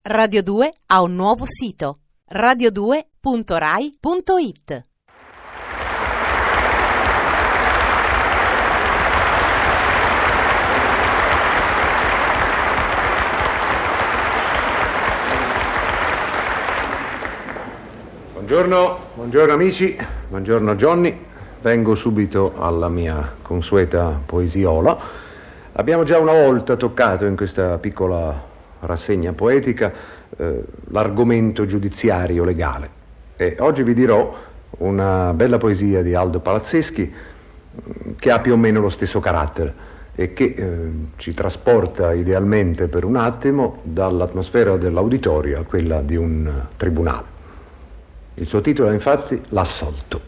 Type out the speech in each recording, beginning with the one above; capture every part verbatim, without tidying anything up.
Radio due ha un nuovo sito: radio due punto rai punto it. Buongiorno, buongiorno amici, buongiorno Johnny. Vengo subito alla mia consueta poesiola. Abbiamo già una volta toccato in questa piccola rassegna poetica eh, l'argomento giudiziario legale e oggi vi dirò una bella poesia di Aldo Palazzeschi che ha più o meno lo stesso carattere e che eh, ci trasporta idealmente per un attimo dall'atmosfera dell'auditorio a quella di un tribunale. Il suo titolo è infatti L'assolto.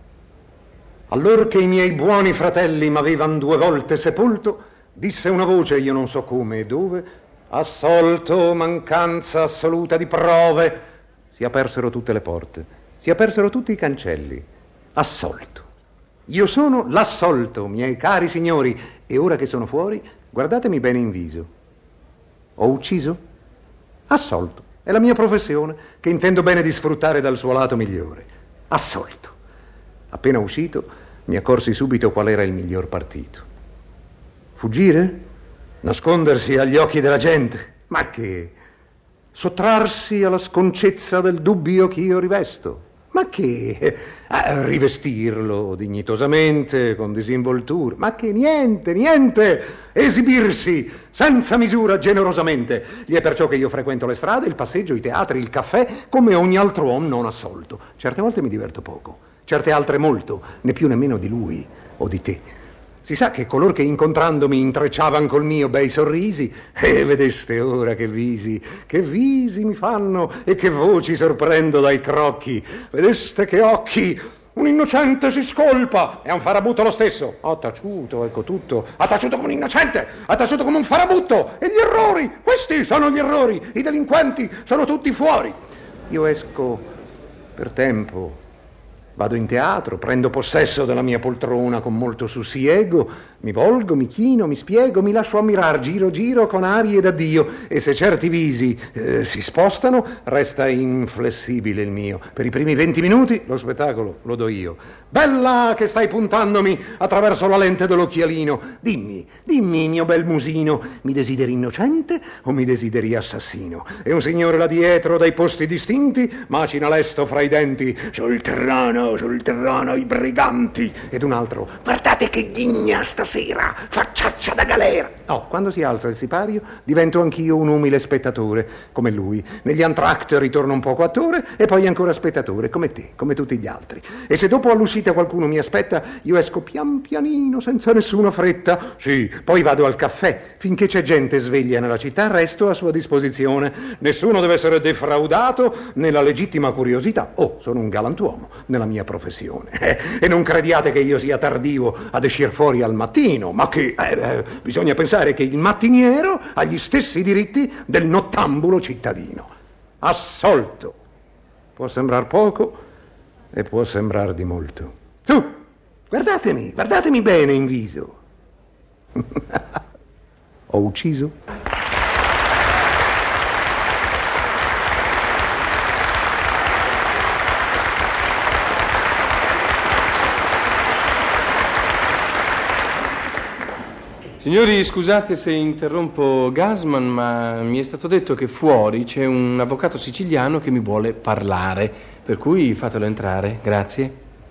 Allor che i miei buoni fratelli m'avevan due volte sepolto, disse una voce, io non so come e dove: assolto, mancanza assoluta di prove. Si apersero tutte le porte, si apersero tutti i cancelli. Assolto. Io sono l'assolto, miei cari signori, e ora che sono fuori, guardatemi bene in viso. Ho ucciso? Assolto. È la mia professione, che intendo bene di sfruttare dal suo lato migliore. Assolto. Appena uscito, mi accorsi subito qual era il miglior partito. Fuggire? Nascondersi agli occhi della gente? Ma che? Sottrarsi alla sconcezza del dubbio che io rivesto? Ma che? A rivestirlo dignitosamente, con disinvoltura? Ma che? Niente, niente! Esibirsi senza misura, generosamente. Gli è perciò che io frequento le strade, il passeggio, i teatri, il caffè, come ogni altro uomo non assolto. Certe volte mi diverto poco, certe altre molto, né più nemmeno di lui o di te. Si sa che color che incontrandomi intrecciavan col mio bei sorrisi, e vedeste ora che visi, che visi mi fanno e che voci sorprendo dai crocchi. Vedeste che occhi, un innocente si scolpa, è un farabutto lo stesso. Ha taciuto, ecco tutto, ha taciuto come un innocente, ha taciuto come un farabutto. E gli errori, questi sono gli errori, i delinquenti sono tutti fuori. Io esco per tempo. Vado in teatro, prendo possesso della mia poltrona con molto sussiego, mi volgo, mi chino, mi spiego, mi lascio ammirar giro giro con arie d'addio, e se certi visi eh, si spostano, resta inflessibile il mio. Per i primi venti minuti lo spettacolo lo do io. Bella che stai puntandomi attraverso la lente dell'occhialino, dimmi, dimmi mio bel musino, mi desideri innocente o mi desideri assassino? E un signore là dietro dai posti distinti macina lesto fra i denti: sul terrano, sul terrano i briganti. Ed un altro: guardate che ghigna stasera, facciaccia da galera. Oh, quando si alza il sipario divento anch'io un umile spettatore come lui. Negli entr'acte ritorno un poco attore e poi ancora spettatore come te, come tutti gli altri. E se dopo all'uscita qualcuno mi aspetta, io esco pian pianino senza nessuna fretta. Sì, poi vado al caffè. Finché c'è gente sveglia nella città resto a sua disposizione. Nessuno deve essere defraudato nella legittima curiosità. Oh, sono un galantuomo nella mia professione. Eh, e non crediate che io sia tardivo ad escir fuori al mattino, ma che eh, eh, bisogna pensare che il mattiniero ha gli stessi diritti del nottambulo cittadino. Assolto. Può sembrar poco e può sembrar di molto. Su, guardatemi, guardatemi bene in viso. Ho ucciso? Signori, scusate se interrompo Gasman, ma mi è stato detto che fuori c'è un avvocato siciliano che mi vuole parlare, per cui fatelo entrare, grazie.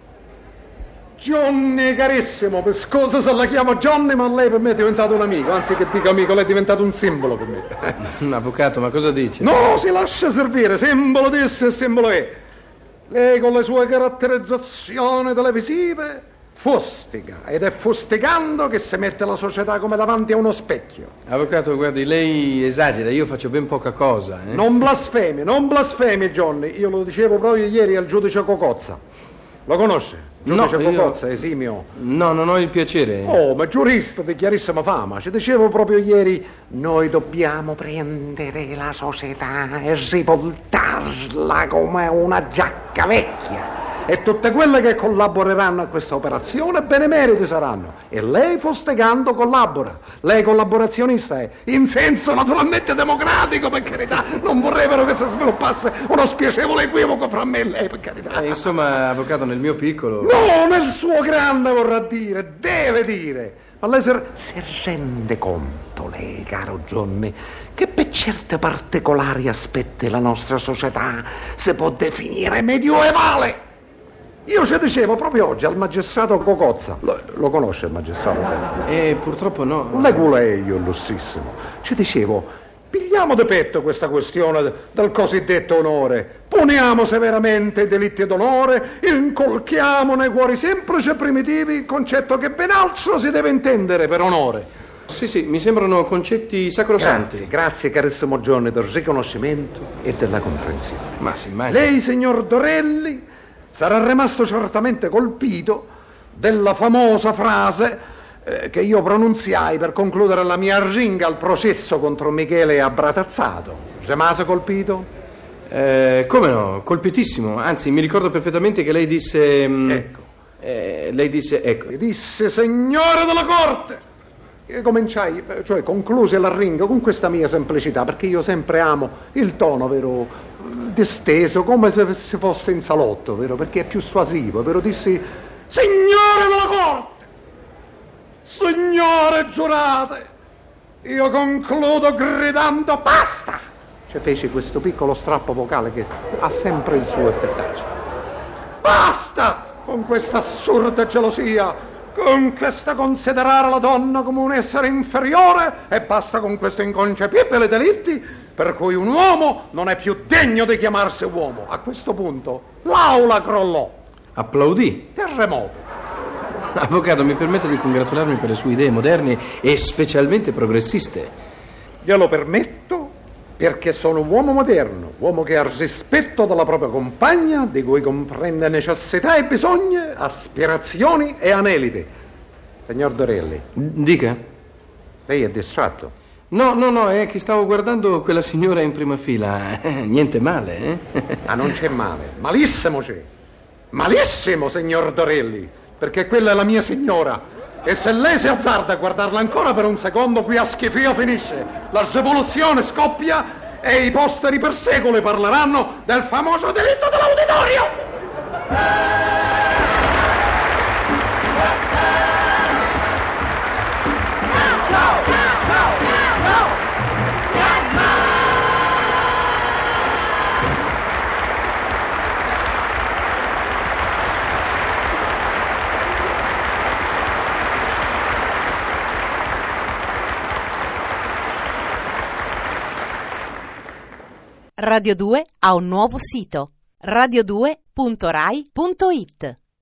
Johnny carissimo, per scusa se la chiamo Johnny, ma lei per me è diventato un amico, anzi che dico amico, lei è diventato un simbolo per me. Un avvocato, ma cosa dice? No, si lascia servire, simbolo di esso e simbolo è. Lei con le sue caratterizzazioni televisive fustiga, ed è fustigando che si mette la società come davanti a uno specchio. Avvocato, guardi, lei esagera, io faccio ben poca cosa. Eh? Non blasfemi, non blasfemi, Johnny. Io lo dicevo proprio ieri al giudice Cocozza. Lo conosce? Giudice no, Cocozza, io... esimio. No, non ho il piacere. Oh, ma giurista di chiarissima fama. Ci dicevo proprio ieri: noi dobbiamo prendere la società e rivoltarla come una giacca vecchia. e tutte quelle che collaboreranno a questa operazione benemeriti saranno. E lei, Fostegando, collabora. Lei collaborazionista è, in senso naturalmente democratico, per carità. Non vorrebbero che si sviluppasse uno spiacevole equivoco fra me e lei, per carità. Eh, insomma, avvocato, nel mio piccolo... No, nel suo grande vorrà dire, deve dire. Ma lei si, si rende conto, lei, caro Johnny, che per certe particolari aspetti la nostra società si può definire medioevale? Io ci dicevo proprio oggi al magistrato Cocozza. Lo, lo conosce il magistrato? Eh, purtroppo no. Lei qual è io, illustrissimo? Ci dicevo... Pigliamo di petto questa questione del cosiddetto onore, puniamo severamente i delitti d'onore, incolchiamo nei cuori semplici e primitivi il concetto che ben altro si deve intendere per onore. Sì, sì, mi sembrano concetti sacrosanti. Grazie, grazie carissimo Johnny del riconoscimento e della comprensione. Ma si immagina. Lei, signor Dorelli, sarà rimasto certamente colpito della famosa frase che io pronunziai per concludere la mia arringa al processo contro Michele Abratazzato. Rimase colpito? Eh, come no, colpitissimo. Anzi, mi ricordo perfettamente che lei disse... Mh, ecco. Eh, lei disse, ecco. Mi disse, signore della corte! E cominciai, cioè concluse l'arringa con questa mia semplicità, perché io sempre amo il tono, vero, disteso, come se si fosse in salotto, vero, perché è più suasivo, vero, dissi, signore della corte! Signore giurate, io concludo gridando basta! Cioè feci questo piccolo strappo vocale che ha sempre il suo effettaccio. Basta con questa assurda gelosia, con questa considerare la donna come un essere inferiore, e basta con questo inconcepibile delitti per cui un uomo non è più degno di chiamarsi uomo. A questo punto l'aula crollò. Applaudì. Terremoto. Avvocato, mi permette di congratularmi per le sue idee moderne e specialmente progressiste. Glielo permetto perché sono un uomo moderno, uomo che ha rispetto della propria compagna, di cui comprende necessità e bisogni, aspirazioni e aneliti. Signor Dorelli. Dica. Lei è distratto? No, no, no, è che stavo guardando quella signora in prima fila. Niente male, eh? Ah, non c'è male. Malissimo c'è. Malissimo, signor Dorelli. Perché quella è la mia signora, e se lei si azzarda a guardarla ancora per un secondo, qui a schifio finisce, la rivoluzione scoppia e i posteri per secoli parleranno del famoso delitto dell'auditorio. Radio due ha un nuovo sito, radio due punto rai punto it.